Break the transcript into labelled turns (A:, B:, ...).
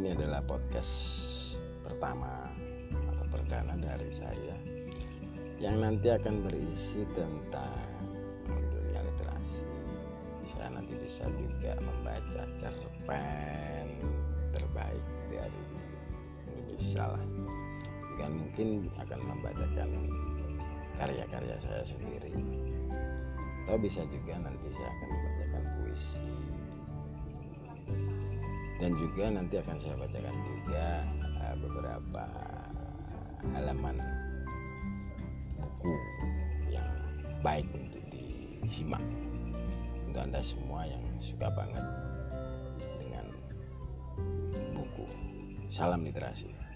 A: Ini adalah podcast pertama atau perdana dari saya yang nanti akan berisi tentang dunia literasi. Saya nanti bisa juga membaca cerpen terbaik dari Indonesia lah. Juga mungkin akan membacakan karya-karya saya sendiri. Atau bisa juga nanti saya akan membacakan puisi. Dan juga nanti akan saya bacakan juga beberapa halaman buku yang baik untuk disimak untuk Anda semua yang suka banget dengan buku. Salam literasi.